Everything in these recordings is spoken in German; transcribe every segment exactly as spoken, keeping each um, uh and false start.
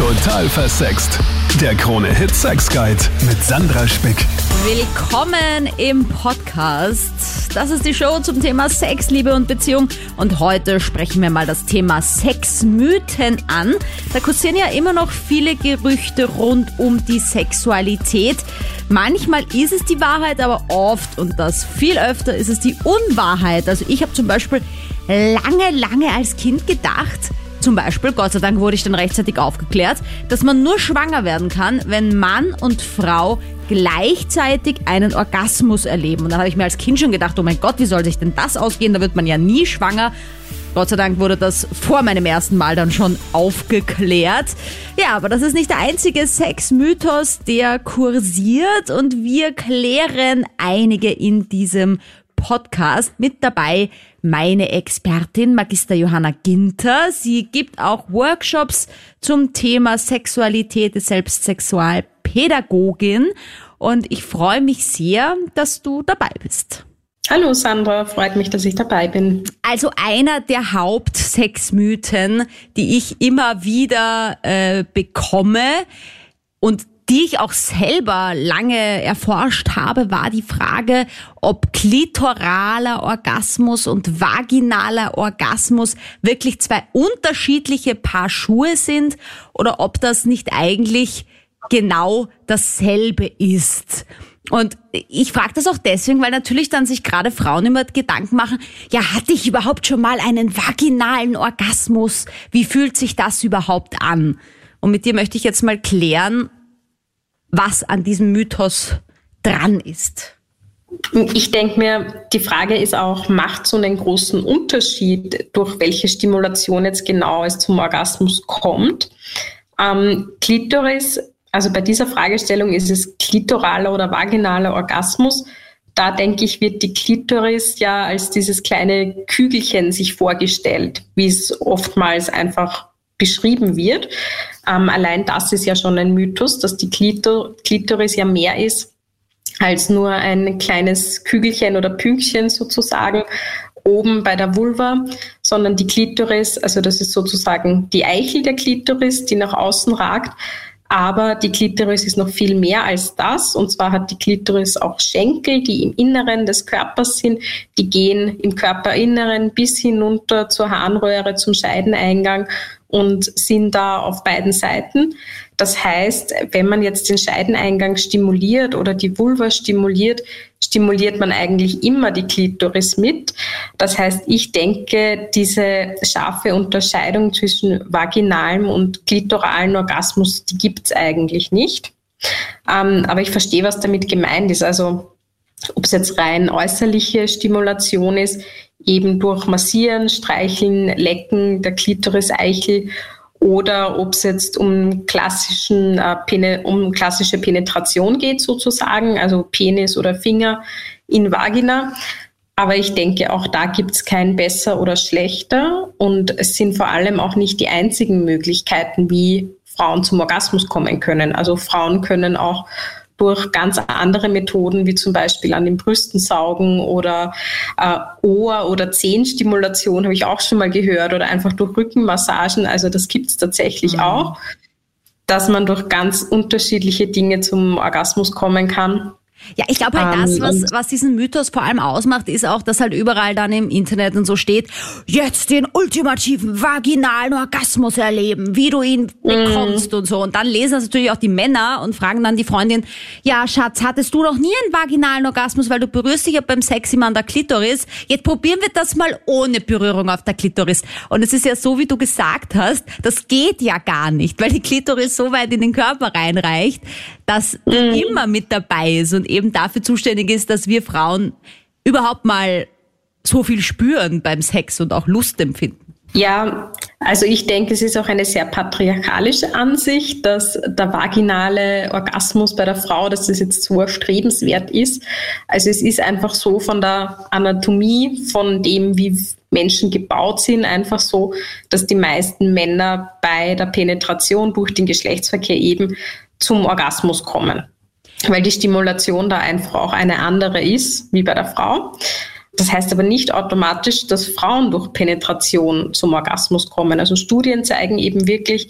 Total versext. Der Krone-Hit Sex Guide mit Sandra Spick. Willkommen im Podcast. Das ist die Show zum Thema Sex, Liebe und Beziehung. Und heute sprechen wir mal das Thema Sexmythen an. Da kursieren ja immer noch viele Gerüchte rund um die Sexualität. Manchmal ist es die Wahrheit, aber oft und das viel öfter ist es die Unwahrheit. Also ich habe zum Beispiel lange, lange als Kind gedacht, zum Beispiel, Gott sei Dank wurde ich dann rechtzeitig aufgeklärt, dass man nur schwanger werden kann, wenn Mann und Frau gleichzeitig einen Orgasmus erleben. Und da habe ich mir als Kind schon gedacht, oh mein Gott, wie soll sich denn das ausgehen? Da wird man ja nie schwanger. Gott sei Dank wurde das vor meinem ersten Mal dann schon aufgeklärt. Ja, aber das ist nicht der einzige Sexmythos, der kursiert. Und wir klären einige in diesem Podcast. Mit dabei meine Expertin Magister Johanna Ginter. Sie gibt auch Workshops zum Thema Sexualität, ist selbst Sexualpädagogin und ich freue mich sehr, dass du dabei bist. Hallo Sandra, freut mich, dass ich dabei bin. Also einer der Hauptsexmythen, die ich immer wieder äh, bekomme und die ich auch selber lange erforscht habe, war die Frage, ob klitoraler Orgasmus und vaginaler Orgasmus wirklich zwei unterschiedliche Paar Schuhe sind oder ob das nicht eigentlich genau dasselbe ist. Und ich frage das auch deswegen, weil natürlich dann sich gerade Frauen immer Gedanken machen, ja, hatte ich überhaupt schon mal einen vaginalen Orgasmus? Wie fühlt sich das überhaupt an? Und mit dir möchte ich jetzt mal klären, was an diesem Mythos dran ist. Ich denke mir, die Frage ist auch, macht so einen großen Unterschied, durch welche Stimulation jetzt genau es zum Orgasmus kommt? Ähm, Klitoris, also bei dieser Fragestellung ist es klitoraler oder vaginaler Orgasmus. Da denke ich, wird die Klitoris ja als dieses kleine Kügelchen sich vorgestellt, wie es oftmals einfach beschrieben wird. Ähm, allein das ist ja schon ein Mythos, dass die Klito- Klitoris ja mehr ist als nur ein kleines Kügelchen oder Pünktchen sozusagen oben bei der Vulva, sondern die Klitoris, also das ist sozusagen die Eichel der Klitoris, die nach außen ragt. Aber die Klitoris ist noch viel mehr als das. Und zwar hat die Klitoris auch Schenkel, die im Inneren des Körpers sind. Die gehen im Körperinneren bis hinunter zur Harnröhre, zum Scheideneingang und sind da auf beiden Seiten. Das heißt, wenn man jetzt den Scheideneingang stimuliert oder die Vulva stimuliert, stimuliert man eigentlich immer die Klitoris mit. Das heißt, ich denke, diese scharfe Unterscheidung zwischen vaginalem und klitoralen Orgasmus, die gibt es eigentlich nicht. Ähm, aber ich verstehe, was damit gemeint ist. Also ob es jetzt rein äußerliche Stimulation ist, eben durch Massieren, Streicheln, Lecken der Klitoris-Eichel, oder ob es jetzt um, klassischen, äh, Pene, um klassische Penetration geht sozusagen, also Penis oder Finger in Vagina. Aber ich denke, auch da gibt es kein besser oder schlechter und es sind vor allem auch nicht die einzigen Möglichkeiten, wie Frauen zum Orgasmus kommen können. Also Frauen können auch durch ganz andere Methoden, wie zum Beispiel an den Brüsten saugen oder äh, Ohr- oder Zehenstimulation, habe ich auch schon mal gehört, oder einfach durch Rückenmassagen. Also das gibt es tatsächlich mhm. auch, dass man durch ganz unterschiedliche Dinge zum Orgasmus kommen kann. Ja, ich glaube halt, das, was, was diesen Mythos vor allem ausmacht, ist auch, dass halt überall dann im Internet und so steht, jetzt den ultimativen vaginalen Orgasmus erleben, wie du ihn bekommst mm. und so. Und dann lesen das natürlich auch die Männer und fragen dann die Freundin, ja, Schatz, hattest du noch nie einen vaginalen Orgasmus, weil du berührst dich ja beim Sex immer an der Klitoris. Jetzt probieren wir das mal ohne Berührung auf der Klitoris. Und es ist ja so, wie du gesagt hast, das geht ja gar nicht, weil die Klitoris so weit in den Körper reinreicht, dass die mm. immer mit dabei ist und eben dafür zuständig ist, dass wir Frauen überhaupt mal so viel spüren beim Sex und auch Lust empfinden. Ja, also ich denke, es ist auch eine sehr patriarchalische Ansicht, dass der vaginale Orgasmus bei der Frau, dass das jetzt so erstrebenswert ist. Also es ist einfach so von der Anatomie, von dem, wie Menschen gebaut sind, einfach so, dass die meisten Männer bei der Penetration durch den Geschlechtsverkehr eben zum Orgasmus kommen. Weil die Stimulation da einfach auch eine andere ist, wie bei der Frau. Das heißt aber nicht automatisch, dass Frauen durch Penetration zum Orgasmus kommen. Also Studien zeigen eben wirklich,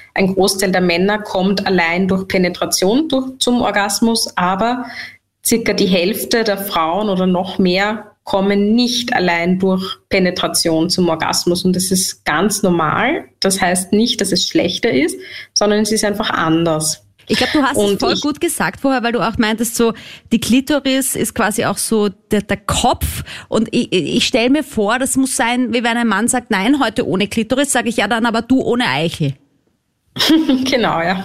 ein Großteil der Männer kommt allein durch Penetration durch, zum Orgasmus, aber circa die Hälfte der Frauen oder noch mehr kommen nicht allein durch Penetration zum Orgasmus. Und das ist ganz normal. Das heißt nicht, dass es schlechter ist, sondern es ist einfach anders. Ich glaube, du hast und es voll ich, gut gesagt vorher, weil du auch meintest, so die Klitoris ist quasi auch so der, der Kopf. Und ich, ich stelle mir vor, das muss sein, wie wenn ein Mann sagt, nein, heute ohne Klitoris, sage ich ja dann, aber du ohne Eichel. Genau, ja.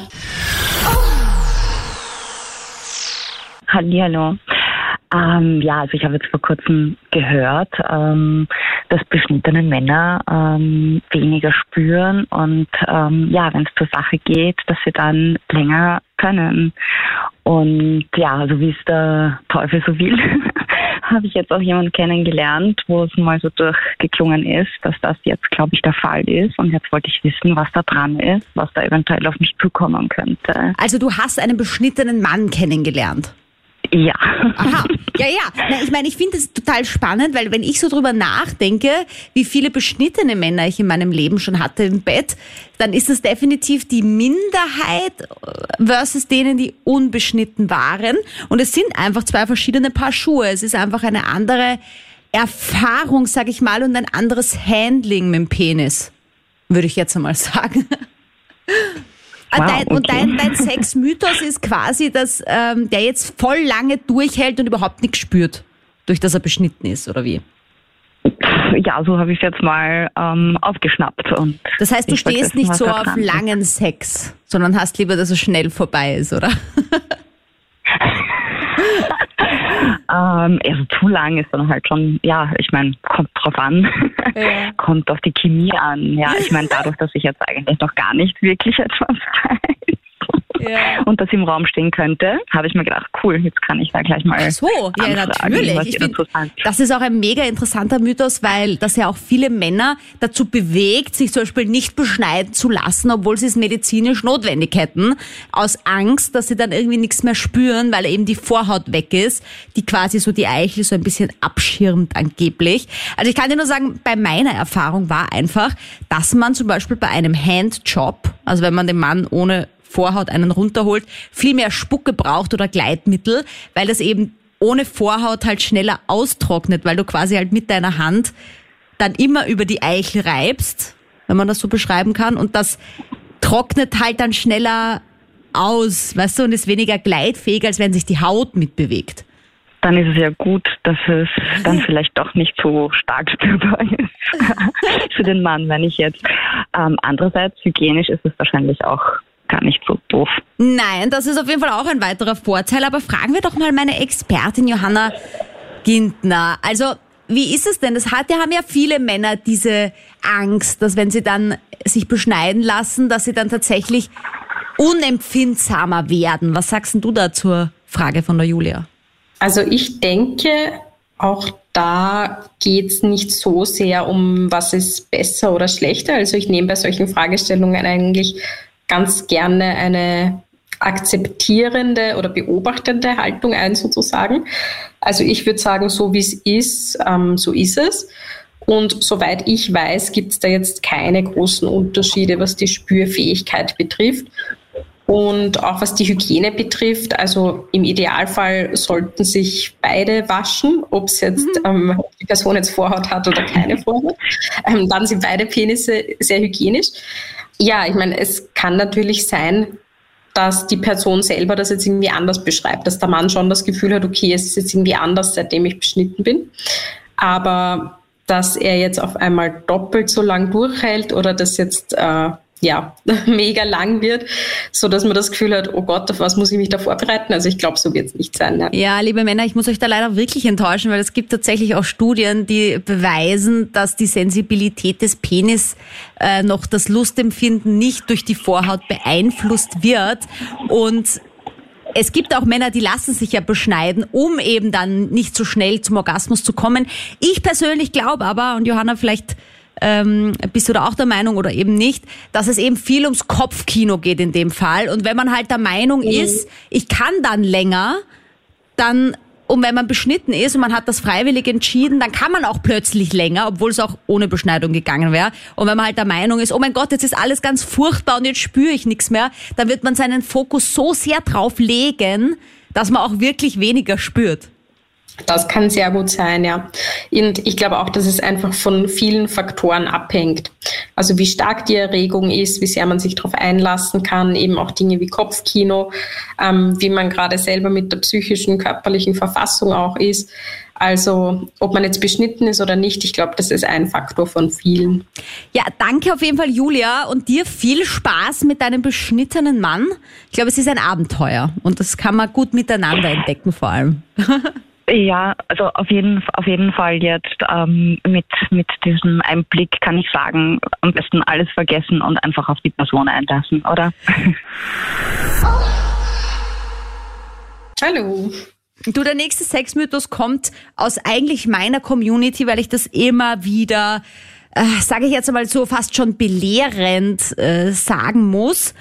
Hallihallo. Ähm, ja, also ich habe jetzt vor kurzem gehört, ähm, dass beschnittene Männer ähm, weniger spüren und ähm, ja, wenn es zur Sache geht, dass sie dann länger können. Und ja, also wie es der Teufel so will, habe ich jetzt auch jemanden kennengelernt, wo es mal so durchgeklungen ist, dass das jetzt, glaube ich, der Fall ist. Und jetzt wollte ich wissen, was da dran ist, was da eventuell auf mich zukommen könnte. Also du hast einen beschnittenen Mann kennengelernt? Ja. Aha, ja, ja. Na, ich meine, ich finde das total spannend, weil wenn ich so drüber nachdenke, wie viele beschnittene Männer ich in meinem Leben schon hatte im Bett, dann ist das definitiv die Minderheit versus denen, die unbeschnitten waren. Und es sind einfach zwei verschiedene Paar Schuhe. Es ist einfach eine andere Erfahrung, sag ich mal, und ein anderes Handling mit dem Penis, würde ich jetzt einmal sagen. Wow, dein, okay. Und dein, dein Sexmythos ist quasi, dass ähm, der jetzt voll lange durchhält und überhaupt nichts spürt, durch das er beschnitten ist, oder wie? Ja, so habe ich es jetzt mal ähm, aufgeschnappt. Und das heißt, du stehst nicht so auf langen ist. Sex, sondern hast lieber, dass es schnell vorbei ist, oder? ähm, also zu lang ist dann halt schon, ja, ich meine, kommt drauf an, ja. Kommt auf die Chemie an. Ja, ich meine, dadurch, dass ich jetzt eigentlich noch gar nicht wirklich etwas weiß, ja. Und das im Raum stehen könnte, habe ich mir gedacht, cool, jetzt kann ich da gleich mal Ach so, ja, natürlich. Ich find, das ist auch ein mega interessanter Mythos, weil das ja auch viele Männer dazu bewegt, sich zum Beispiel nicht beschneiden zu lassen, obwohl sie es medizinisch notwendig hätten, aus Angst, dass sie dann irgendwie nichts mehr spüren, weil eben die Vorhaut weg ist, die quasi so die Eichel so ein bisschen abschirmt angeblich. Also ich kann dir nur sagen, bei meiner Erfahrung war einfach, dass man zum Beispiel bei einem Handjob, also wenn man den Mann ohne Vorhaut einen runterholt, viel mehr Spucke braucht oder Gleitmittel, weil das eben ohne Vorhaut halt schneller austrocknet, weil du quasi halt mit deiner Hand dann immer über die Eichel reibst, wenn man das so beschreiben kann, und das trocknet halt dann schneller aus, weißt du, und ist weniger gleitfähig, als wenn sich die Haut mitbewegt. Dann ist es ja gut, dass es dann vielleicht doch nicht so stark spürbar ist für den Mann, wenn ich jetzt. Ähm, andererseits, hygienisch ist es wahrscheinlich auch gar nicht so doof. Nein, das ist auf jeden Fall auch ein weiterer Vorteil. Aber fragen wir doch mal meine Expertin Johanna Gintner. Also, wie ist es denn? Das hat, ja, haben ja viele Männer diese Angst, dass wenn sie dann sich beschneiden lassen, dass sie dann tatsächlich unempfindsamer werden. Was sagst denn du da zur Frage von der Julia? Also ich denke, auch da geht es nicht so sehr um, was ist besser oder schlechter. Also ich nehme bei solchen Fragestellungen eigentlich ganz gerne eine akzeptierende oder beobachtende Haltung ein, sozusagen. Also ich würde sagen, so wie es ist, ähm, so ist es. Und soweit ich weiß, gibt es da jetzt keine großen Unterschiede, was die Spürfähigkeit betrifft. Und auch was die Hygiene betrifft, also im Idealfall sollten sich beide waschen, ob es jetzt mhm. ähm, die Person jetzt Vorhaut hat oder keine Vorhaut. Ähm, dann sind beide Penisse sehr hygienisch. Ja, ich meine, es kann natürlich sein, dass die Person selber das jetzt irgendwie anders beschreibt, dass der Mann schon das Gefühl hat, okay, es ist jetzt irgendwie anders, seitdem ich beschnitten bin. Aber dass er jetzt auf einmal doppelt so lang durchhält oder das jetzt äh, ja mega lang wird, so dass man das Gefühl hat, oh Gott, auf was muss ich mich da vorbereiten? Also ich glaube, so wird es nicht sein. Ne? Ja, liebe Männer, ich muss euch da leider wirklich enttäuschen, weil es gibt tatsächlich auch Studien, die beweisen, dass die Sensibilität des Penis äh, noch das Lustempfinden nicht durch die Vorhaut beeinflusst wird. Und es gibt auch Männer, die lassen sich ja beschneiden, um eben dann nicht so schnell zum Orgasmus zu kommen. Ich persönlich glaube aber, und Johanna, vielleicht ähm, bist du da auch der Meinung oder eben nicht, dass es eben viel ums Kopfkino geht in dem Fall. Und wenn man halt der Meinung mhm. ist, ich kann dann länger, dann Und wenn man beschnitten ist und man hat das freiwillig entschieden, dann kann man auch plötzlich länger, obwohl es auch ohne Beschneidung gegangen wäre. Und wenn man halt der Meinung ist, oh mein Gott, jetzt ist alles ganz furchtbar und jetzt spüre ich nichts mehr, dann wird man seinen Fokus so sehr drauf legen, dass man auch wirklich weniger spürt. Das kann sehr gut sein, ja. Und ich glaube auch, dass es einfach von vielen Faktoren abhängt. Also wie stark die Erregung ist, wie sehr man sich darauf einlassen kann, eben auch Dinge wie Kopfkino, ähm, wie man gerade selber mit der psychischen, körperlichen Verfassung auch ist. Also ob man jetzt beschnitten ist oder nicht, ich glaube, das ist ein Faktor von vielen. Ja, danke auf jeden Fall, Julia, und dir viel Spaß mit deinem beschnittenen Mann. Ich glaube, es ist ein Abenteuer und das kann man gut miteinander entdecken vor allem. Ja, also auf jeden, auf jeden Fall jetzt ähm, mit, mit diesem Einblick kann ich sagen, am besten alles vergessen und einfach auf die Person einlassen, oder? Hallo. Du, der nächste Sexmythos kommt aus eigentlich meiner Community, weil ich das immer wieder, äh, sage ich jetzt einmal so, fast schon belehrend äh, sagen muss.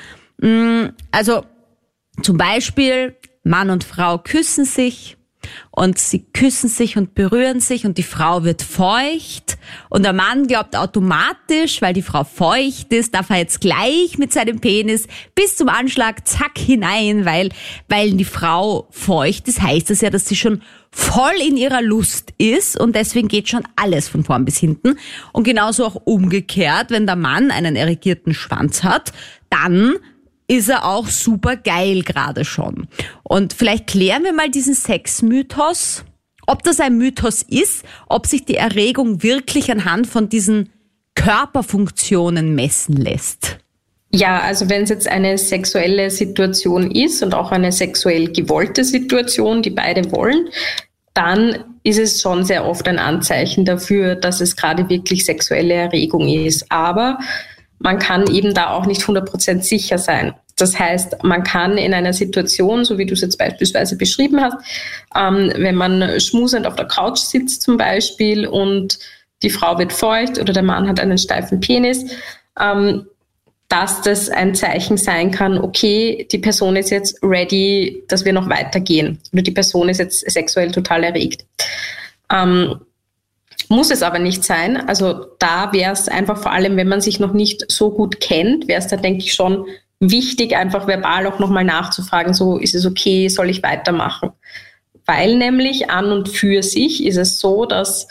Also zum Beispiel, Mann und Frau küssen sich. Und sie küssen sich und berühren sich und die Frau wird feucht und der Mann glaubt automatisch, weil die Frau feucht ist, darf er jetzt gleich mit seinem Penis bis zum Anschlag zack hinein, weil, weil die Frau feucht ist, heißt das ja, dass sie schon voll in ihrer Lust ist und deswegen geht schon alles von vorn bis hinten. Und genauso auch umgekehrt, wenn der Mann einen erregierten Schwanz hat, dann ist er auch super geil gerade schon. Und vielleicht klären wir mal diesen Sexmythos, ob das ein Mythos ist, ob sich die Erregung wirklich anhand von diesen Körperfunktionen messen lässt. Ja, also wenn es jetzt eine sexuelle Situation ist und auch eine sexuell gewollte Situation, die beide wollen, dann ist es schon sehr oft ein Anzeichen dafür, dass es gerade wirklich sexuelle Erregung ist. Aber man kann eben da auch nicht hundert Prozent sicher sein. Das heißt, man kann in einer Situation, so wie du es jetzt beispielsweise beschrieben hast, ähm, wenn man schmusend auf der Couch sitzt zum Beispiel und die Frau wird feucht oder der Mann hat einen steifen Penis, ähm, dass das ein Zeichen sein kann, okay, die Person ist jetzt ready, dass wir noch weitergehen oder die Person ist jetzt sexuell total erregt. Ähm, Muss es aber nicht sein. Also da wäre es einfach vor allem, wenn man sich noch nicht so gut kennt, wäre es da, denke ich, schon wichtig, einfach verbal auch nochmal nachzufragen, so ist es okay, soll ich weitermachen? Weil nämlich an und für sich ist es so, dass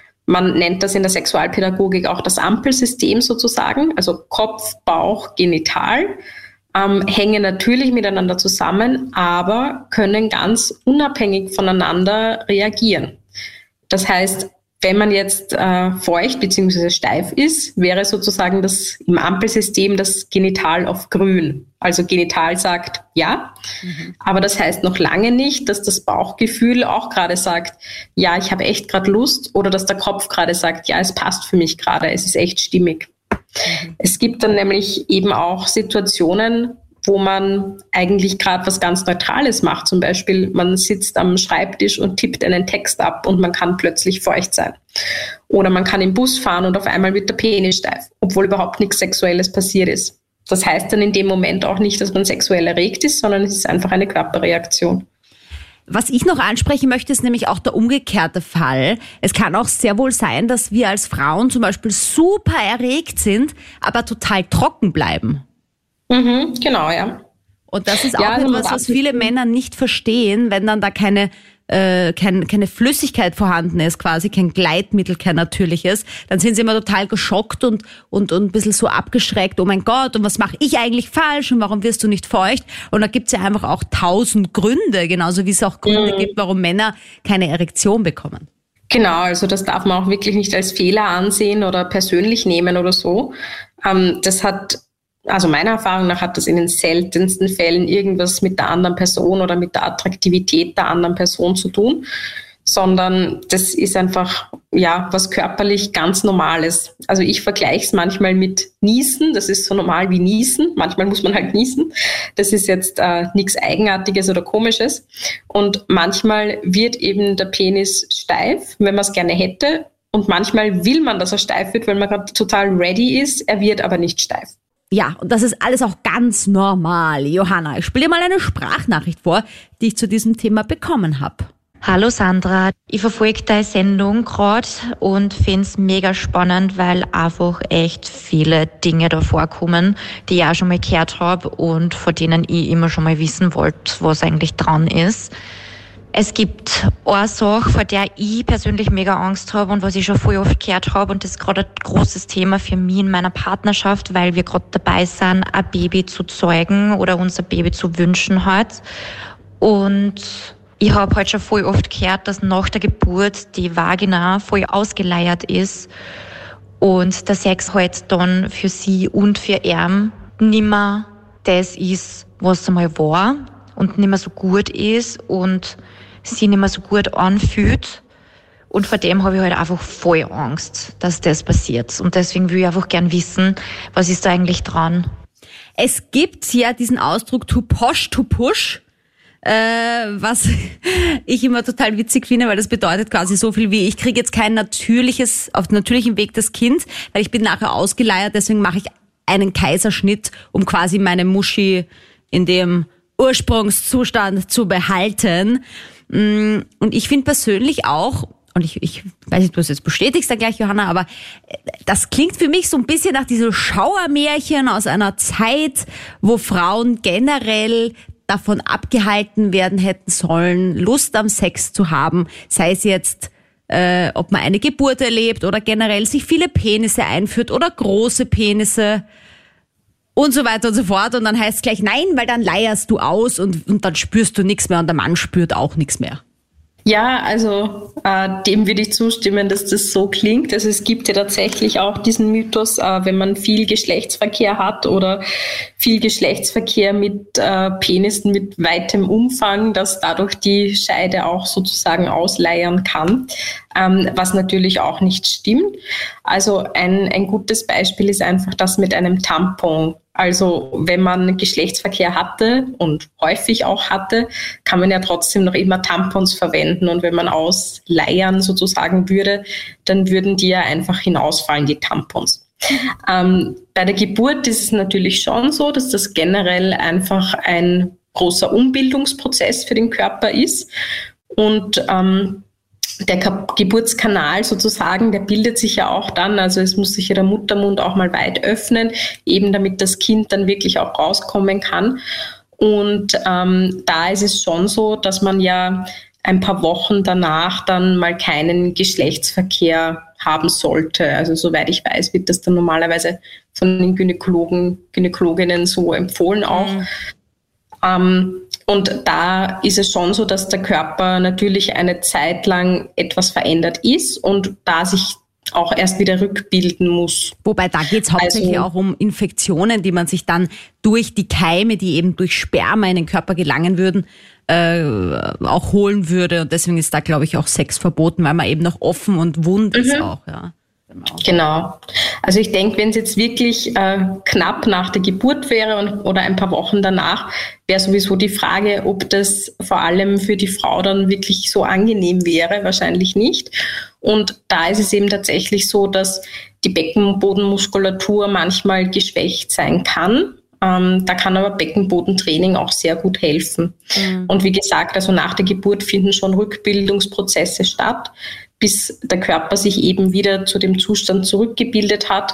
man nennt das in der Sexualpädagogik auch das Ampelsystem sozusagen, also Kopf, Bauch, Genital, ähm, hängen natürlich miteinander zusammen, aber können ganz unabhängig voneinander reagieren. Das heißt, wenn man jetzt äh, feucht bzw. steif ist, wäre sozusagen das im Ampelsystem das Genital auf grün. Also Genital sagt ja, mhm. aber das heißt noch lange nicht, dass das Bauchgefühl auch gerade sagt, ja, ich habe echt gerade Lust, oder dass der Kopf gerade sagt, ja, es passt für mich gerade, es ist echt stimmig. Mhm. Es gibt dann nämlich eben auch Situationen, wo man eigentlich gerade was ganz Neutrales macht. Zum Beispiel, man sitzt am Schreibtisch und tippt einen Text ab und man kann plötzlich feucht sein. Oder man kann im Bus fahren und auf einmal wird der Penis steif, obwohl überhaupt nichts Sexuelles passiert ist. Das heißt dann in dem Moment auch nicht, dass man sexuell erregt ist, sondern es ist einfach eine Körperreaktion. Was ich noch ansprechen möchte, ist nämlich auch der umgekehrte Fall. Es kann auch sehr wohl sein, dass wir als Frauen zum Beispiel super erregt sind, aber total trocken bleiben. Mhm, genau, ja. Und das ist auch ja, etwas, was viele Männer nicht verstehen, wenn dann da keine, äh, kein, keine Flüssigkeit vorhanden ist, quasi kein Gleitmittel, kein natürliches. Dann sind sie immer total geschockt und, und, und ein bisschen so abgeschreckt. Oh mein Gott, und was mache ich eigentlich falsch und warum wirst du nicht feucht? Und da gibt's ja einfach auch tausend Gründe, genauso wie es auch Gründe mhm. gibt, warum Männer keine Erektion bekommen. Genau, also das darf man auch wirklich nicht als Fehler ansehen oder persönlich nehmen oder so. Ähm, das hat Also meiner Erfahrung nach hat das in den seltensten Fällen irgendwas mit der anderen Person oder mit der Attraktivität der anderen Person zu tun, sondern das ist einfach ja was körperlich ganz Normales. Also ich vergleiche es manchmal mit Niesen, das ist so normal wie Niesen, manchmal muss man halt niesen, das ist jetzt äh, nichts Eigenartiges oder Komisches, und manchmal wird eben der Penis steif, wenn man es gerne hätte, und manchmal will man, dass er steif wird, weil man gerade total ready ist, er wird aber nicht steif. Ja, und das ist alles auch ganz normal. Johanna, ich spiele dir mal eine Sprachnachricht vor, die ich zu diesem Thema bekommen habe. Hallo Sandra, ich verfolge deine Sendung gerade und finde es mega spannend, weil einfach echt viele Dinge da vorkommen, die ich auch schon mal gehört habe und von denen ich immer schon mal wissen wollte, was eigentlich dran ist. Es gibt eine Sache, vor der ich persönlich mega Angst habe und was ich schon voll oft gehört habe, und das ist gerade ein großes Thema für mich in meiner Partnerschaft, weil wir gerade dabei sind, ein Baby zu zeugen oder unser Baby zu wünschen halt. Und ich habe halt schon voll oft gehört, dass nach der Geburt die Vagina voll ausgeleiert ist und der Sex halt dann für sie und für ihn nimmer das ist, was es einmal war und nimmer so gut ist und sie nimmer so gut anfühlt. Und vor dem habe ich halt einfach voll Angst, dass das passiert. Und deswegen will ich einfach gern wissen, was ist da eigentlich dran? Es gibt ja diesen Ausdruck to push, to push. Äh, was ich immer total witzig finde, weil das bedeutet quasi so viel wie, ich kriege jetzt kein natürliches, auf natürlichem Weg das Kind, weil ich bin nachher ausgeleiert, deswegen mache ich einen Kaiserschnitt, um quasi meine Muschi in dem Ursprungszustand zu behalten. Und ich finde persönlich auch, und ich, ich weiß nicht, ob du es jetzt bestätigst dann gleich, Johanna, aber das klingt für mich so ein bisschen nach diesem Schauermärchen aus einer Zeit, wo Frauen generell davon abgehalten werden hätten sollen, Lust am Sex zu haben, sei es jetzt, äh, ob man eine Geburt erlebt oder generell sich viele Penisse einführt oder große Penisse und so weiter und so fort. Und dann heißt es gleich nein, weil dann leierst du aus und, und dann spürst du nichts mehr und der Mann spürt auch nichts mehr. Ja, also äh, dem würde ich zustimmen, dass das so klingt. Also es gibt ja tatsächlich auch diesen Mythos, äh, wenn man viel Geschlechtsverkehr hat oder viel Geschlechtsverkehr mit äh, Penissen mit weitem Umfang, dass dadurch die Scheide auch sozusagen ausleiern kann, ähm, was natürlich auch nicht stimmt. Also ein, ein gutes Beispiel ist einfach das mit einem Tampon. Also wenn man Geschlechtsverkehr hatte und häufig auch hatte, kann man ja trotzdem noch immer Tampons verwenden. Und wenn man ausleiern sozusagen würde, dann würden die ja einfach hinausfallen, die Tampons. Ähm, bei der Geburt ist es natürlich schon so, dass das generell einfach ein großer Umbildungsprozess für den Körper ist. Und ähm, der Geburtskanal sozusagen, der bildet sich ja auch dann, also es muss sich ja der Muttermund auch mal weit öffnen, eben damit das Kind dann wirklich auch rauskommen kann. Und ähm, da ist es schon so, dass man ja ein paar Wochen danach dann mal keinen Geschlechtsverkehr haben sollte. Also soweit ich weiß, wird das dann normalerweise von den Gynäkologen, Gynäkologinnen so empfohlen auch. Mhm. Ähm, Und da ist es schon so, dass der Körper natürlich eine Zeit lang etwas verändert ist und da sich auch erst wieder rückbilden muss. Wobei da geht es hauptsächlich also auch um Infektionen, die man sich dann durch die Keime, die eben durch Sperma in den Körper gelangen würden, äh, auch holen würde. Und deswegen ist da, glaube ich, auch Sex verboten, weil man eben noch offen und wund mhm. ist auch, ja. Genau. Also ich denke, wenn es jetzt wirklich äh, knapp nach der Geburt wäre und, oder ein paar Wochen danach, wäre sowieso die Frage, ob das vor allem für die Frau dann wirklich so angenehm wäre. Wahrscheinlich nicht. Und da ist es eben tatsächlich so, dass die Beckenbodenmuskulatur manchmal geschwächt sein kann. Ähm, da kann aber Beckenbodentraining auch sehr gut helfen. Mhm. Und wie gesagt, also nach der Geburt finden schon Rückbildungsprozesse statt, bis der Körper sich eben wieder zu dem Zustand zurückgebildet hat,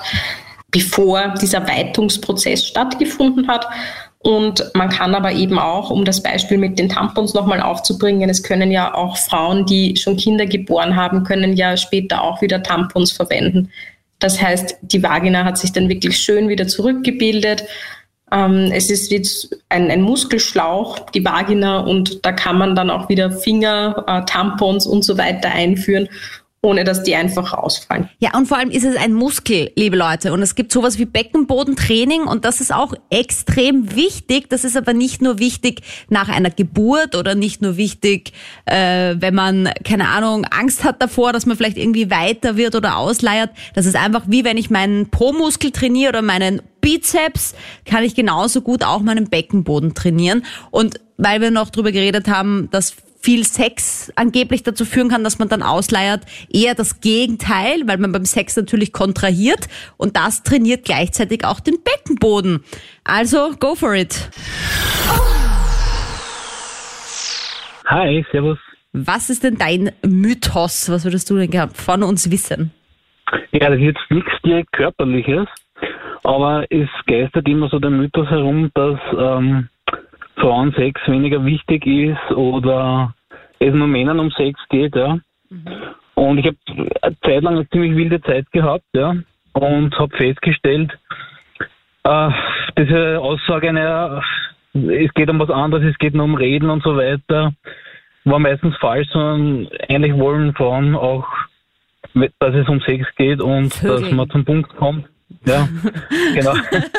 bevor dieser Weitungsprozess stattgefunden hat. Und man kann aber eben auch, um das Beispiel mit den Tampons nochmal aufzubringen, es können ja auch Frauen, die schon Kinder geboren haben, können ja später auch wieder Tampons verwenden. Das heißt, die Vagina hat sich dann wirklich schön wieder zurückgebildet. Ähm, es ist jetzt ein, ein Muskelschlauch, die Vagina, und da kann man dann auch wieder Finger, äh, Tampons und so weiter einführen, ohne dass die einfach rausfallen. Ja, und vor allem ist es ein Muskel, liebe Leute. Und es gibt sowas wie Beckenbodentraining und das ist auch extrem wichtig. Das ist aber nicht nur wichtig nach einer Geburt oder nicht nur wichtig, äh, wenn man, keine Ahnung, Angst hat davor, dass man vielleicht irgendwie weiter wird oder ausleiert. Das ist einfach wie wenn ich meinen Po-Muskel trainiere oder meinen Bizeps, kann ich genauso gut auch meinen Beckenboden trainieren. Und weil wir noch drüber geredet haben, dass viel Sex angeblich dazu führen kann, dass man dann ausleiert, eher das Gegenteil, weil man beim Sex natürlich kontrahiert und das trainiert gleichzeitig auch den Beckenboden. Also, go for it. Hi, servus. Was ist denn dein Mythos? Was würdest du denn gerne von uns wissen? Ja, das ist jetzt nichts direkt Körperliches, aber es geistert immer so der Mythos herum, dass ähm, Frauensex weniger wichtig ist oder es nur Männern um Sex geht, ja. Mhm. Und ich habe eine Zeit lang eine ziemlich wilde Zeit gehabt, ja, und habe festgestellt, äh, diese Aussage, naja, es geht um was anderes, es geht nur um Reden und so weiter, war meistens falsch, sondern eigentlich wollen Frauen auch, dass es um Sex geht und Vögel. Dass man zum Punkt kommt. Ja, genau.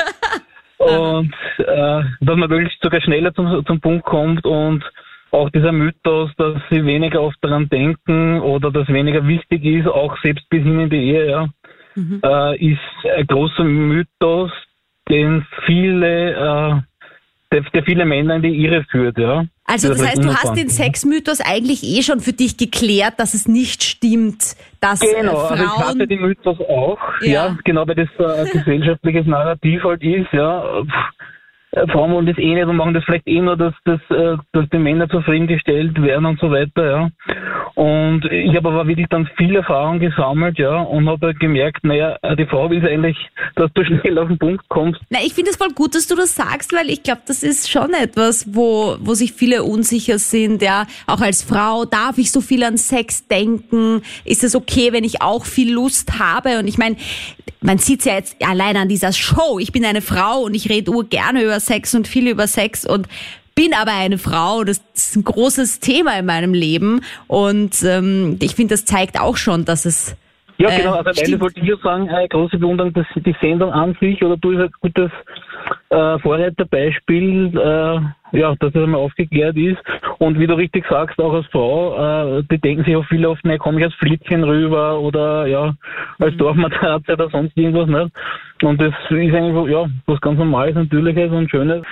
Und äh, dass man wirklich sogar schneller zum, zum Punkt kommt und auch dieser Mythos, dass sie weniger oft daran denken oder dass weniger wichtig ist, auch selbst bis hin in die Ehe, ja, mhm. äh, ist ein großer Mythos, den viele, äh, der, der viele Männer in die Irre führt, ja. Also das, das heißt, du hast den Sexmythos eigentlich eh schon für dich geklärt, dass es nicht stimmt, dass genau, Frauen... also ich hatte den Mythos auch, ja, ja genau, weil das ein gesellschaftliches Narrativ halt ist, ja. Frauen wollen das eh nicht und machen das vielleicht eh nur, dass, dass, dass die Männer zufriedengestellt werden und so weiter, ja. Und ich habe aber wirklich dann viel Erfahrung gesammelt, ja, und habe gemerkt, naja, die Frau will eigentlich, dass du schnell auf den Punkt kommst. Na, ich finde es voll gut, dass du das sagst, weil ich glaube, das ist schon etwas, wo, wo sich viele unsicher sind, ja. Auch als Frau, darf ich so viel an Sex denken? Ist es okay, wenn ich auch viel Lust habe? Und ich meine, man sieht's ja jetzt allein an dieser Show. Ich bin eine Frau und ich rede urgerne über Sex und viel über Sex und bin aber eine Frau. Das ist ein großes Thema in meinem Leben und ähm, ich finde, das zeigt auch schon, dass es Ja, äh, genau. Also eigentlich wollte ich ja sagen, eine große Bewunderung, dass die Sendung an sich oder du ist ein gutes äh, Vorreiterbeispiel, äh, ja, dass es einmal aufgeklärt ist. Und wie du richtig sagst, auch als Frau, äh, die denken sich auch viele oft, ne, komme ich als Flittchen rüber oder ja, als mhm. Dorfmatratze oder sonst irgendwas, nicht? Und das ist eigentlich ja was ganz Normales, Natürliches und Schönes.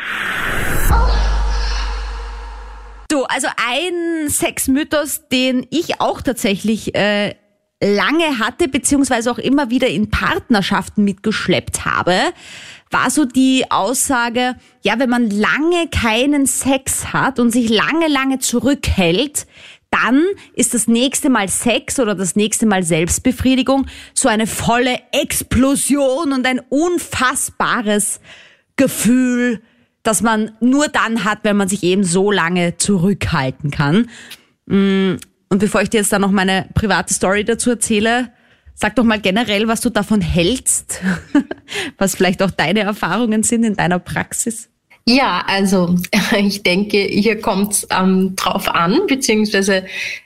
Du, also ein Sexmythos, den ich auch tatsächlich äh, lange hatte, beziehungsweise auch immer wieder in Partnerschaften mitgeschleppt habe, war so die Aussage, ja, wenn man lange keinen Sex hat und sich lange, lange zurückhält, dann ist das nächste Mal Sex oder das nächste Mal Selbstbefriedigung so eine volle Explosion und ein unfassbares Gefühl, das man nur dann hat, wenn man sich eben so lange zurückhalten kann. Und bevor ich dir jetzt dann noch meine private Story dazu erzähle, sag doch mal generell, was du davon hältst, was vielleicht auch deine Erfahrungen sind in deiner Praxis. Ja, also ich denke, hier kommt es ähm, drauf an, beziehungsweise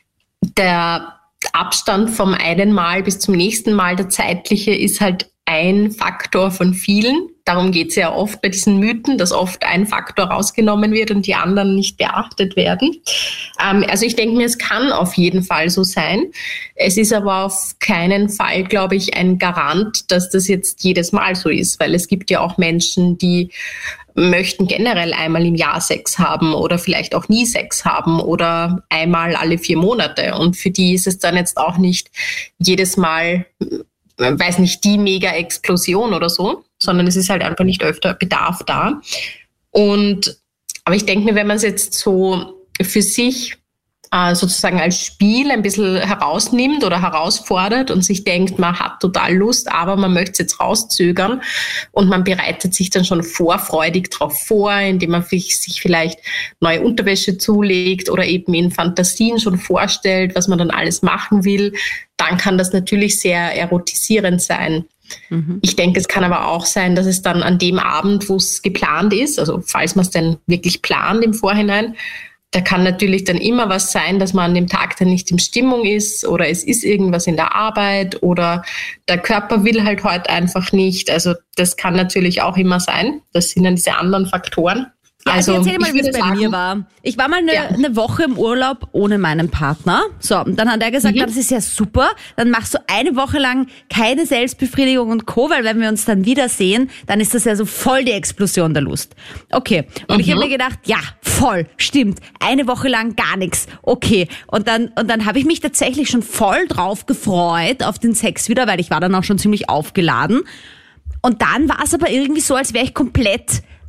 der Abstand vom einen Mal bis zum nächsten Mal, der zeitliche, ist halt ein Faktor von vielen. Darum geht es ja oft bei diesen Mythen, dass oft ein Faktor rausgenommen wird und die anderen nicht beachtet werden. Ähm, also ich denke mir, es kann auf jeden Fall so sein. Es ist aber auf keinen Fall, glaube ich, ein Garant, dass das jetzt jedes Mal so ist, weil es gibt ja auch Menschen, die möchten generell einmal im Jahr Sex haben oder vielleicht auch nie Sex haben oder einmal alle vier Monate. Und für die ist es dann jetzt auch nicht jedes Mal, weiß nicht, die Mega-Explosion oder so, sondern es ist halt einfach nicht öfter Bedarf da. Und, aber ich denke mir, wenn man es jetzt so für sich äh, sozusagen als Spiel ein bisschen herausnimmt oder herausfordert und sich denkt, man hat total Lust, aber man möchte es jetzt rauszögern und man bereitet sich dann schon vorfreudig darauf vor, indem man sich vielleicht neue Unterwäsche zulegt oder eben in Fantasien schon vorstellt, was man dann alles machen will, dann kann das natürlich sehr erotisierend sein. Mhm. Ich denke, es kann aber auch sein, dass es dann an dem Abend, wo es geplant ist, also falls man es denn wirklich plant im Vorhinein, da kann natürlich dann immer was sein, dass man an dem Tag dann nicht in Stimmung ist oder es ist irgendwas in der Arbeit oder der Körper will halt heute einfach nicht. Also das kann natürlich auch immer sein. Das sind dann diese anderen Faktoren. Ja, also erzähl mal, wie es bei sagen, mir war. Ich war mal eine, ja. eine Woche im Urlaub ohne meinen Partner. So, und dann hat er gesagt, mhm. das ist ja super. Dann machst du eine Woche lang keine Selbstbefriedigung und Co., weil wenn wir uns dann wiedersehen, dann ist das ja so voll die Explosion der Lust. Okay. Und mhm. ich habe mir gedacht, ja, voll, stimmt. Eine Woche lang gar nichts. Okay. Und dann, und dann habe ich mich tatsächlich schon voll drauf gefreut auf den Sex wieder, weil ich war dann auch schon ziemlich aufgeladen. Und dann war es aber irgendwie so, als wäre ich komplett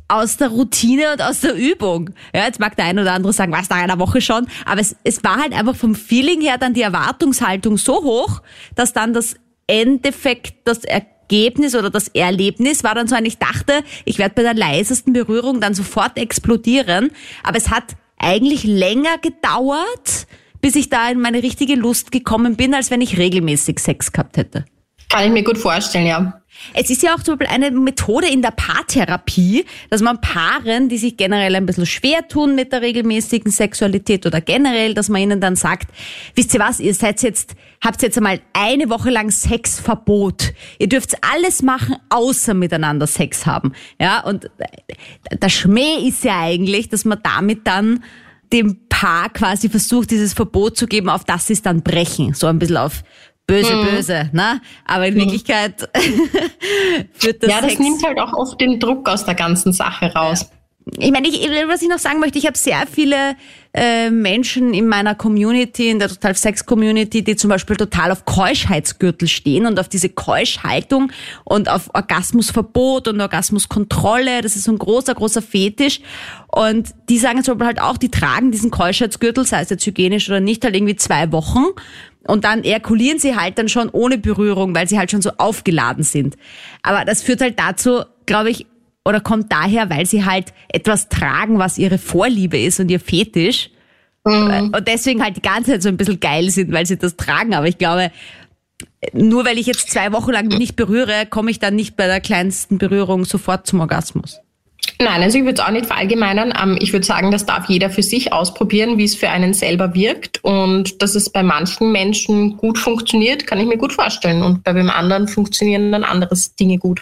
aus der Routine und aus der Übung. Ja, jetzt mag der ein oder andere sagen, was, nach einer Woche schon, aber es, es war halt einfach vom Feeling her dann die Erwartungshaltung so hoch, dass dann das Endeffekt, das Ergebnis oder das Erlebnis war dann so ein, ich dachte, ich werde bei der leisesten Berührung dann sofort explodieren, aber es hat eigentlich länger gedauert, bis ich da in meine richtige Lust gekommen bin, als wenn ich regelmäßig Sex gehabt hätte. Kann ich mir gut vorstellen, ja. Es ist ja auch zum Beispiel eine Methode in der Paartherapie, dass man Paaren, die sich generell ein bisschen schwer tun mit der regelmäßigen Sexualität oder generell, dass man ihnen dann sagt, wisst ihr was, ihr seid jetzt, habt jetzt einmal eine Woche lang Sexverbot. Ihr dürft alles machen, außer miteinander Sex haben. Ja, und der Schmäh ist ja eigentlich, dass man damit dann dem Paar quasi versucht, dieses Verbot zu geben, auf das sie es dann brechen. So ein bisschen auf böse, mhm. böse, ne? Aber in Wirklichkeit führt das Ja, das Sex nimmt halt auch oft den Druck aus der ganzen Sache raus. Ich meine, ich, was ich noch sagen möchte, ich habe sehr viele äh, Menschen in meiner Community, in der Total Sex Community, die zum Beispiel total auf Keuschheitsgürtel stehen und auf diese Keuschhaltung und auf Orgasmusverbot und Orgasmuskontrolle. Das ist so ein großer, großer Fetisch. Und die sagen zum Beispiel halt auch, die tragen diesen Keuschheitsgürtel, sei es jetzt hygienisch oder nicht, halt irgendwie zwei Wochen. Und dann ejakulieren sie halt dann schon ohne Berührung, weil sie halt schon so aufgeladen sind. Aber das führt halt dazu, glaube ich, oder kommt daher, weil sie halt etwas tragen, was ihre Vorliebe ist und ihr Fetisch. Mhm. Und deswegen halt die ganze Zeit so ein bisschen geil sind, weil sie das tragen. Aber ich glaube, nur weil ich jetzt zwei Wochen lang nicht berühre, komme ich dann nicht bei der kleinsten Berührung sofort zum Orgasmus. Nein, also ich würde es auch nicht verallgemeinern. Ich würde sagen, das darf jeder für sich ausprobieren, wie es für einen selber wirkt. Und dass es bei manchen Menschen gut funktioniert, kann ich mir gut vorstellen. Und bei dem anderen funktionieren dann andere Dinge gut.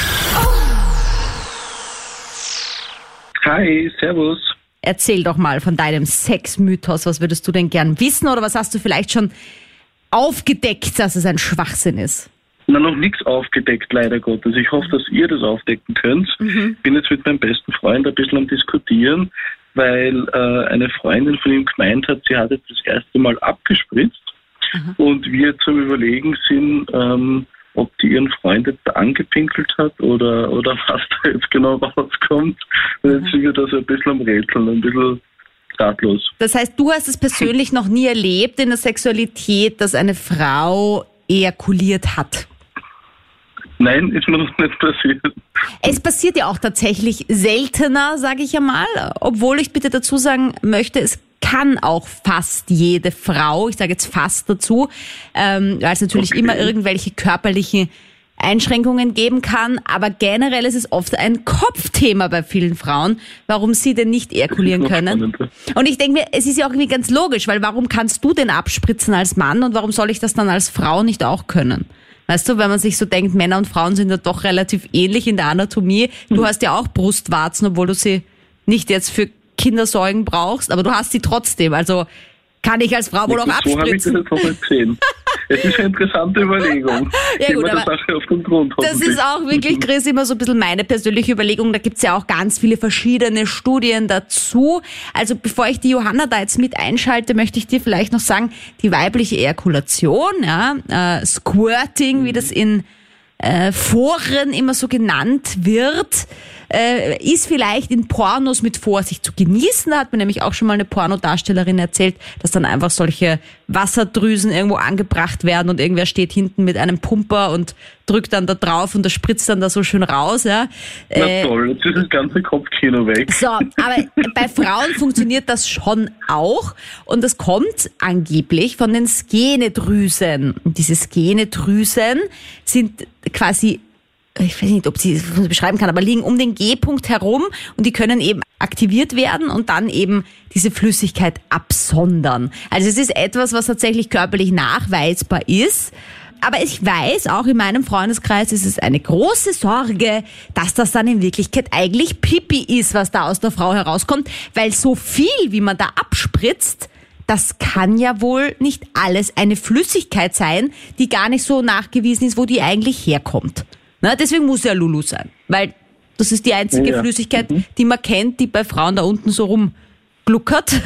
Hi, servus. Erzähl doch mal von deinem Sexmythos. Was würdest du denn gern wissen? Oder was hast du vielleicht schon aufgedeckt, dass es ein Schwachsinn ist? Na, noch nichts aufgedeckt, leider Gottes. Ich hoffe, dass ihr das aufdecken könnt. Mhm. Ich bin jetzt mit meinem besten Freund ein bisschen am Diskutieren, weil äh, eine Freundin von ihm gemeint hat, sie hat jetzt das erste Mal abgespritzt. Mhm. Und wir zum Überlegen sind, ähm, ob die ihren Freund jetzt da angepinkelt hat oder, oder was da jetzt genau rauskommt. Und jetzt sind wir da so ein bisschen am Rätseln, ein bisschen ratlos. Das heißt, du hast es persönlich noch nie erlebt in der Sexualität, dass eine Frau ejakuliert hat? Nein, ist mir noch nicht passiert. Es passiert ja auch tatsächlich seltener, sage ich einmal, obwohl ich bitte dazu sagen möchte, es kann auch fast jede Frau, ich sage jetzt fast dazu, ähm, weil es natürlich okay. immer irgendwelche körperlichen Einschränkungen geben kann, aber generell ist es oft ein Kopfthema bei vielen Frauen, warum sie denn nicht ejakulieren können. Spannend. Und ich denke mir, es ist ja auch irgendwie ganz logisch, weil warum kannst du denn abspritzen als Mann und warum soll ich das dann als Frau nicht auch können? Weißt du, wenn man sich so denkt, Männer und Frauen sind ja doch relativ ähnlich in der Anatomie. Du mhm. hast ja auch Brustwarzen, obwohl du sie nicht jetzt für Kindersäugen brauchst, aber du hast sie trotzdem. Also kann ich als Frau wohl auch abspritzen. So habe ich das jetzt noch nicht gesehen. Es ist eine interessante Überlegung. Ja, gut, aber Sache auf den Grund, das ist auch wirklich, Chris, immer so ein bisschen meine persönliche Überlegung. Da gibt's ja auch ganz viele verschiedene Studien dazu. Also bevor ich die Johanna da jetzt mit einschalte, möchte ich dir vielleicht noch sagen, die weibliche Ejakulation, ja, äh, Squirting, wie das in äh, Foren immer so genannt wird, äh, ist vielleicht in Pornos mit Vorsicht zu genießen. Da hat mir nämlich auch schon mal eine Pornodarstellerin erzählt, dass dann einfach solche Wasserdrüsen irgendwo angebracht werden und irgendwer steht hinten mit einem Pumper und drückt dann da drauf und das spritzt dann da so schön raus. Ja. Na äh, toll, jetzt ist das ganze Kopfkino weg. So, aber bei Frauen funktioniert das schon auch und das kommt angeblich von den Skenedrüsen. Und diese Skenedrüsen sind quasi, ich weiß nicht, ob sie das beschreiben kann, aber liegen um den G-Punkt herum und die können eben aktiviert werden und dann eben diese Flüssigkeit absondern. Also es ist etwas, was tatsächlich körperlich nachweisbar ist. Aber ich weiß, auch in meinem Freundeskreis ist es eine große Sorge, dass das dann in Wirklichkeit eigentlich Pipi ist, was da aus der Frau herauskommt, weil so viel, wie man da abspritzt, das kann ja wohl nicht alles eine Flüssigkeit sein, die gar nicht so nachgewiesen ist, wo die eigentlich herkommt. Na, deswegen muss ja Lulu sein, weil das ist die einzige ja. Flüssigkeit, mhm. die man kennt, die bei Frauen da unten so rumgluckert.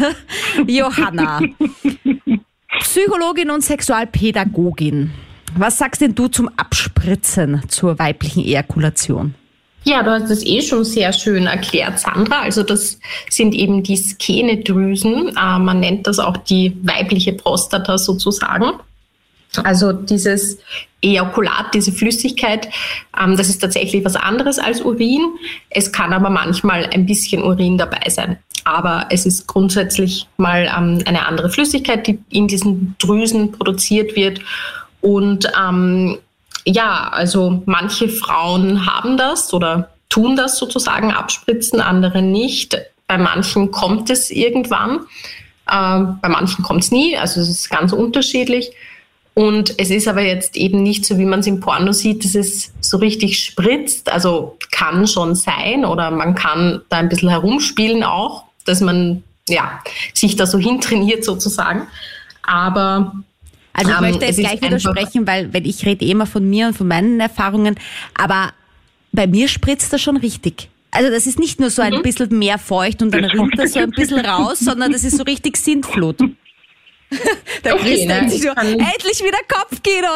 Johanna, Psychologin und Sexualpädagogin. Was sagst denn du zum Abspritzen zur weiblichen Ejakulation? Ja, du hast es eh schon sehr schön erklärt, Sandra. Also das sind eben die Skenedrüsen. Äh, man nennt das auch die weibliche Prostata sozusagen. Also dieses Ejakulat, diese Flüssigkeit, ähm, das ist tatsächlich was anderes als Urin. Es kann aber manchmal ein bisschen Urin dabei sein. Aber es ist grundsätzlich mal ähm, eine andere Flüssigkeit, die in diesen Drüsen produziert wird. Und ähm, ja, also manche Frauen haben das oder tun das sozusagen, abspritzen, andere nicht. Bei manchen kommt es irgendwann, äh, bei manchen kommt es nie, also es ist ganz unterschiedlich. Und es ist aber jetzt eben nicht so, wie man es im Porno sieht, dass es so richtig spritzt. Also kann schon sein oder man kann da ein bisschen herumspielen auch, dass man ja, sich da so hintrainiert sozusagen. Aber Also ich ähm, möchte jetzt gleich widersprechen, weil, weil ich rede immer von mir und von meinen Erfahrungen, aber bei mir spritzt das schon richtig. Also das ist nicht nur so ein mhm. bisschen mehr feucht und dann rinnt das so ein bisschen raus, sondern das ist so richtig Sintflut. Der okay, Chris denkt sich so, kann... endlich wieder Kopfkino,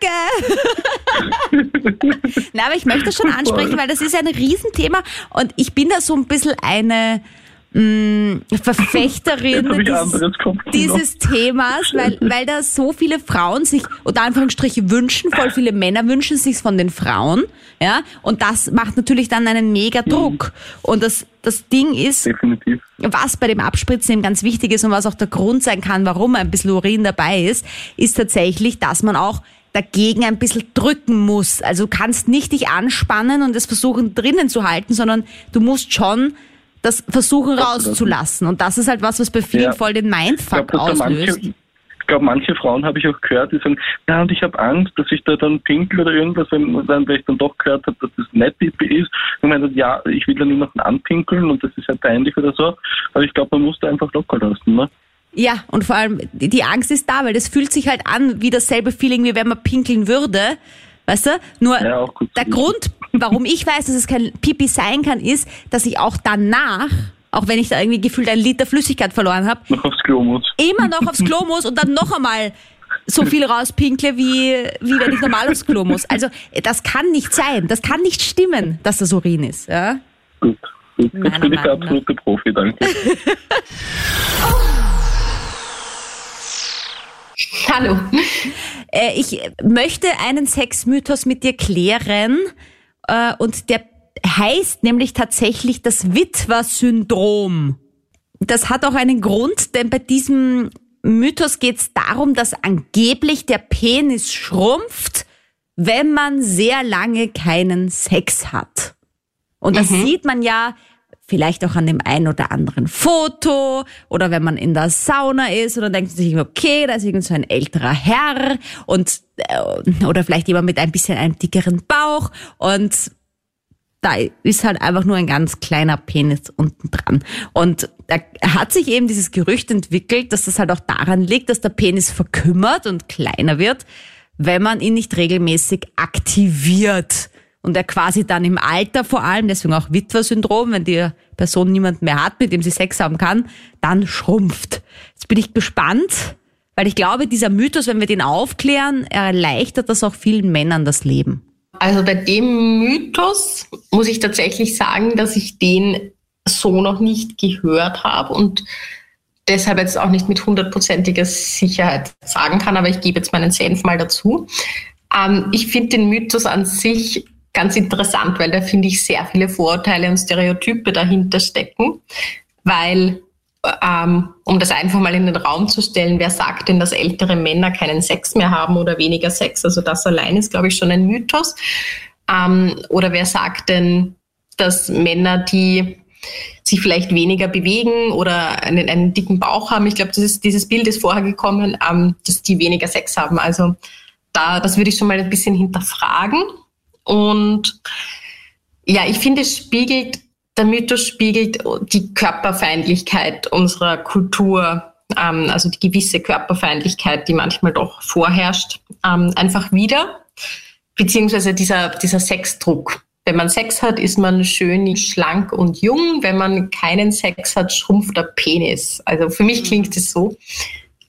danke! Na, aber ich möchte das schon ansprechen, weil das ist ein Riesenthema und ich bin da so ein bisschen eine mh, Verfechterin dieses, dieses Themas, weil, weil da so viele Frauen sich, unter Anführungsstrichen, wünschen, voll viele Männer wünschen sich von den Frauen, ja, und das macht natürlich dann einen mega Druck. Und das, das Ding ist, definitiv. Was bei dem Abspritzen eben ganz wichtig ist und was auch der Grund sein kann, warum ein bisschen Urin dabei ist, ist tatsächlich, dass man auch dagegen ein bisschen drücken muss. Also du kannst nicht dich anspannen und es versuchen drinnen zu halten, sondern du musst schon das versuchen rauszulassen. Und das ist halt was, was bei vielen ja. voll den Mindfuck ich glaub, auslöst. Manche, ich glaube, manche Frauen habe ich auch gehört, die sagen, ja, und ich habe Angst, dass ich da dann pinkel oder irgendwas, wenn, wenn ich dann doch gehört habe, dass das nicht Pipi ist. Ich meine, ja, ich will da niemanden anpinkeln und das ist ja peinlich oder so. Aber ich glaube, man muss da einfach locker lassen, ne? Ja, und vor allem, die Angst ist da, weil das fühlt sich halt an wie dasselbe Feeling, wie wenn man pinkeln würde. Weißt du? Nur ja, auch gut der Grund, warum ich weiß, dass es kein Pipi sein kann, ist, dass ich auch danach, auch wenn ich da irgendwie gefühlt einen Liter Flüssigkeit verloren habe, noch aufs Klo muss. Immer noch aufs Klo muss und dann noch einmal so viel rauspinkle, wie, wie wenn ich normal aufs Klo muss. Also das kann nicht sein. Das kann nicht stimmen, dass das Urin ist. Ja? Gut, gut. Meiner Jetzt bin ich der Meinung absolute Profi, danke. Hallo. Äh, ich möchte einen Sexmythos mit dir klären äh, und der heißt nämlich tatsächlich das Witwer-Syndrom. Das hat auch einen Grund, denn bei diesem Mythos geht es darum, dass angeblich der Penis schrumpft, wenn man sehr lange keinen Sex hat. Und das mhm. sieht man ja vielleicht auch an dem einen oder anderen Foto oder wenn man in der Sauna ist und dann denkt man sich, okay, da ist irgend so ein älterer Herr und äh, oder vielleicht jemand mit ein bisschen einem dickeren Bauch und da ist halt einfach nur ein ganz kleiner Penis unten dran. Und da hat sich eben dieses Gerücht entwickelt, dass das halt auch daran liegt, dass der Penis verkümmert und kleiner wird, wenn man ihn nicht regelmäßig aktiviert. Und er quasi dann im Alter vor allem, deswegen auch Witwer-Syndrom, wenn die Person niemand mehr hat, mit dem sie Sex haben kann, dann schrumpft. Jetzt bin ich gespannt, weil ich glaube, dieser Mythos, wenn wir den aufklären, erleichtert das auch vielen Männern das Leben. Also bei dem Mythos muss ich tatsächlich sagen, dass ich den so noch nicht gehört habe und deshalb jetzt auch nicht mit hundertprozentiger Sicherheit sagen kann, aber ich gebe jetzt meinen Senf mal dazu. Ähm, ich finde den Mythos an sich ganz interessant, weil da finde ich sehr viele Vorurteile und Stereotype dahinter stecken, weil ähm, um das einfach mal in den Raum zu stellen, wer sagt denn, dass ältere Männer keinen Sex mehr haben oder weniger Sex? Also das allein ist, glaube ich, schon ein Mythos. Ähm, oder wer sagt denn, dass Männer, die sich vielleicht weniger bewegen oder einen, einen dicken Bauch haben, ich glaube, das ist, dieses Bild ist vorher gekommen, ähm, dass die weniger Sex haben. Also da, das würde ich schon mal ein bisschen hinterfragen. Und ja, ich finde, es spiegelt, der Mythos spiegelt die Körperfeindlichkeit unserer Kultur, ähm, also die gewisse Körperfeindlichkeit, die manchmal doch vorherrscht, ähm, einfach wieder. Beziehungsweise dieser, dieser Sexdruck. Wenn man Sex hat, ist man schön schlank und jung. Wenn man keinen Sex hat, schrumpft der Penis. Also für mich klingt es so.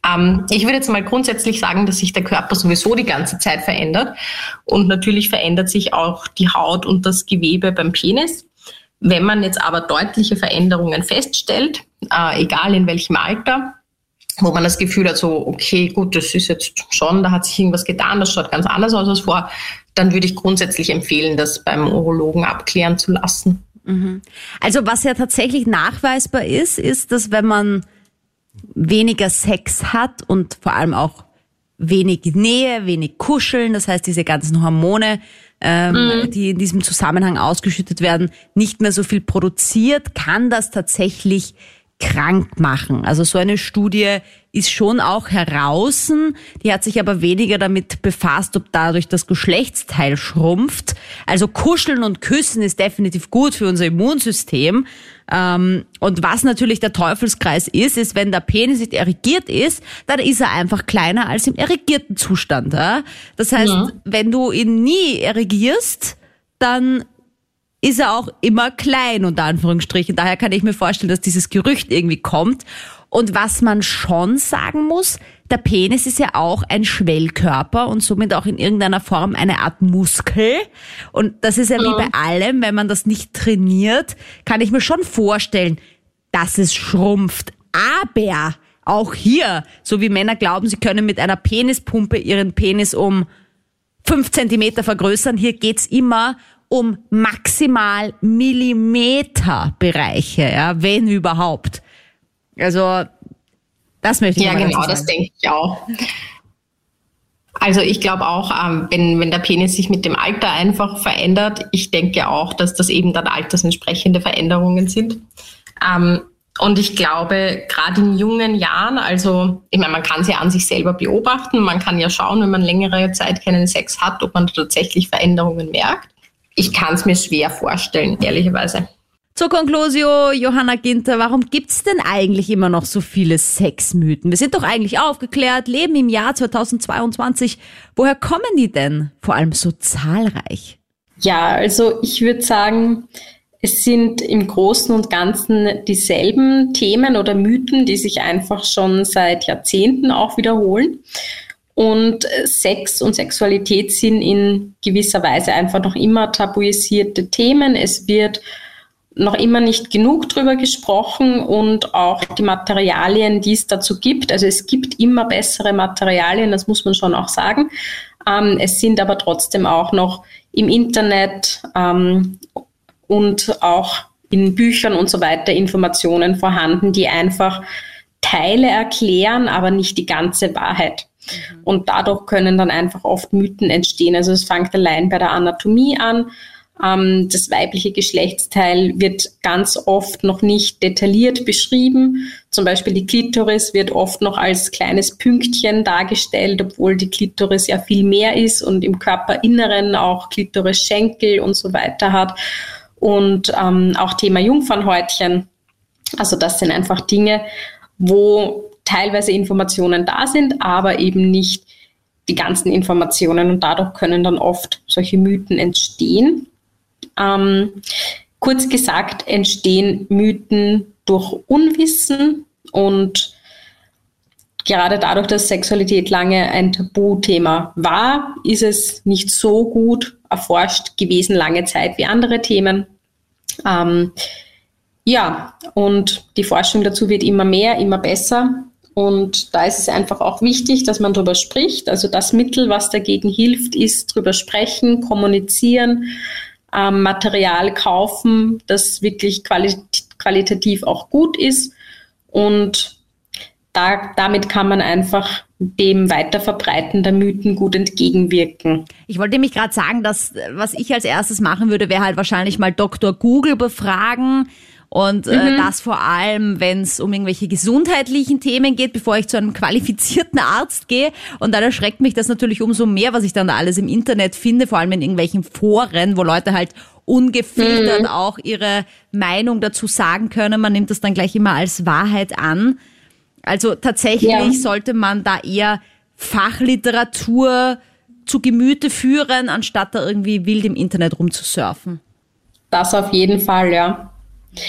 Ähm, ich würde jetzt mal grundsätzlich sagen, dass sich der Körper sowieso die ganze Zeit verändert. Und natürlich verändert sich auch die Haut und das Gewebe beim Penis. Wenn man jetzt aber deutliche Veränderungen feststellt, äh, egal in welchem Alter, wo man das Gefühl hat, so, okay, gut, das ist jetzt schon, da hat sich irgendwas getan, das schaut ganz anders aus als vor, dann würde ich grundsätzlich empfehlen, das beim Urologen abklären zu lassen. Mhm. Also was ja tatsächlich nachweisbar ist, ist, dass wenn man weniger Sex hat und vor allem auch wenig Nähe, wenig Kuscheln, das heißt diese ganzen Hormone, ähm, mhm. die in diesem Zusammenhang ausgeschüttet werden, nicht mehr so viel produziert, kann das tatsächlich krank machen. Also so eine Studie ist schon auch heraus, die hat sich aber weniger damit befasst, ob dadurch das Geschlechtsteil schrumpft. Also kuscheln und küssen ist definitiv gut für unser Immunsystem. Und was natürlich der Teufelskreis ist, ist, wenn der Penis nicht erigiert ist, dann ist er einfach kleiner als im erigierten Zustand. Das heißt, ja. wenn du ihn nie erigierst, dann ist er auch immer klein, unter Anführungsstrichen. Daher kann ich mir vorstellen, dass dieses Gerücht irgendwie kommt. Und was man schon sagen muss, der Penis ist ja auch ein Schwellkörper und somit auch in irgendeiner Form eine Art Muskel. Und das ist ja wie bei allem, wenn man das nicht trainiert, kann ich mir schon vorstellen, dass es schrumpft. Aber auch hier, so wie Männer glauben, sie können mit einer Penispumpe ihren Penis um fünf Zentimeter vergrößern, hier geht's immer um maximal Millimeterbereiche, ja, wenn überhaupt. Also, das möchte ich Ja, genau, das denke ich auch. Also ich glaube auch, ähm, wenn, wenn der Penis sich mit dem Alter einfach verändert, ich denke auch, dass das eben dann altersentsprechende Veränderungen sind. Ähm, und ich glaube, gerade in jungen Jahren, also ich meine, man kann es ja an sich selber beobachten, man kann ja schauen, wenn man längere Zeit keinen Sex hat, ob man tatsächlich Veränderungen merkt. Ich kann es mir schwer vorstellen, ehrlicherweise. Zur Conclusio, Johanna Ginter, warum gibt's denn eigentlich immer noch so viele Sexmythen? Wir sind doch eigentlich aufgeklärt, leben im Jahr zweitausendzweiundzwanzig. Woher kommen die denn vor allem so zahlreich? Ja, also ich würde sagen, es sind im Großen und Ganzen dieselben Themen oder Mythen, die sich einfach schon seit Jahrzehnten auch wiederholen. Und Sex und Sexualität sind in gewisser Weise einfach noch immer tabuisierte Themen. Es wird noch immer nicht genug drüber gesprochen und auch die Materialien, die es dazu gibt. Also es gibt immer bessere Materialien, das muss man schon auch sagen. Ähm, es sind aber trotzdem auch noch im Internet ähm, und auch in Büchern und so weiter Informationen vorhanden, die einfach Teile erklären, aber nicht die ganze Wahrheit. Mhm. Und dadurch können dann einfach oft Mythen entstehen. Also es fängt allein bei der Anatomie an. Ähm, das weibliche Geschlechtsteil wird ganz oft noch nicht detailliert beschrieben. Zum Beispiel die Klitoris wird oft noch als kleines Pünktchen dargestellt, obwohl die Klitoris ja viel mehr ist und im Körperinneren auch Klitorisschenkel und so weiter hat. Und ähm, auch Thema Jungfernhäutchen. Also das sind einfach Dinge, wo teilweise Informationen da sind, aber eben nicht die ganzen Informationen. Und dadurch können dann oft solche Mythen entstehen. Ähm, kurz gesagt, entstehen Mythen durch Unwissen und gerade dadurch, dass Sexualität lange ein Tabuthema war, ist es nicht so gut erforscht gewesen lange Zeit wie andere Themen. Ähm, ja, und die Forschung dazu wird immer mehr, immer besser. Und da ist es einfach auch wichtig, dass man darüber spricht. Also das Mittel, was dagegen hilft, ist drüber sprechen, kommunizieren, ähm, Material kaufen, das wirklich qualit- qualitativ auch gut ist. Und da, damit kann man einfach dem Weiterverbreiten der Mythen gut entgegenwirken. Ich wollte nämlich gerade sagen, dass was ich als erstes machen würde, wäre halt wahrscheinlich mal Doktor Google befragen. Und äh, mhm. das vor allem, wenn es um irgendwelche gesundheitlichen Themen geht, bevor ich zu einem qualifizierten Arzt gehe. Und dann erschreckt mich das natürlich umso mehr, was ich dann da alles im Internet finde, vor allem in irgendwelchen Foren, wo Leute halt ungefiltert mhm. auch ihre Meinung dazu sagen können. Man nimmt das dann gleich immer als Wahrheit an. Also tatsächlich ja. sollte man da eher Fachliteratur zu Gemüte führen, anstatt da irgendwie wild im Internet rumzusurfen. Das auf jeden Fall, ja.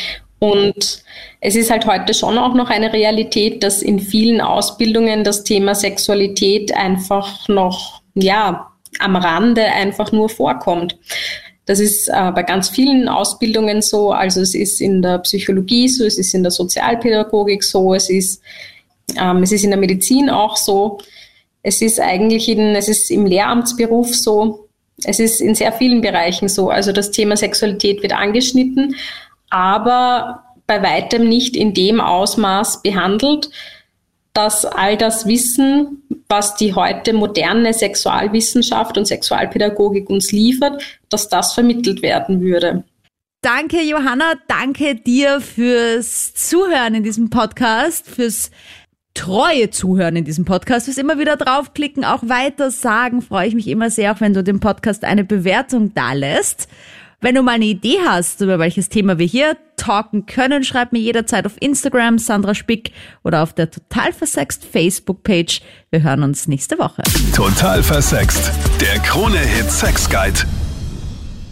Und es ist halt heute schon auch noch eine Realität, dass in vielen Ausbildungen das Thema Sexualität einfach noch, ja, am Rande einfach nur vorkommt. Das ist äh, bei ganz vielen Ausbildungen so, also es ist in der Psychologie so, es ist in der Sozialpädagogik so, es ist, ähm, es ist in der Medizin auch so, es ist eigentlich in, es ist im Lehramtsberuf so, es ist in sehr vielen Bereichen so, also das Thema Sexualität wird angeschnitten, aber bei weitem nicht in dem Ausmaß behandelt, dass all das Wissen, was die heute moderne Sexualwissenschaft und Sexualpädagogik uns liefert, dass das vermittelt werden würde. Danke, Johanna. Danke dir fürs Zuhören in diesem Podcast, fürs treue Zuhören in diesem Podcast, fürs immer wieder draufklicken, auch weiter sagen. Freue ich mich immer sehr, auch wenn du dem Podcast eine Bewertung dalässt. Wenn du mal eine Idee hast, über welches Thema wir hier talken können, schreib mir jederzeit auf Instagram, Sandra Spick, oder auf der Total Versext Facebook-Page. Wir hören uns nächste Woche. Total Versext, der Krone-Hit Sex Guide.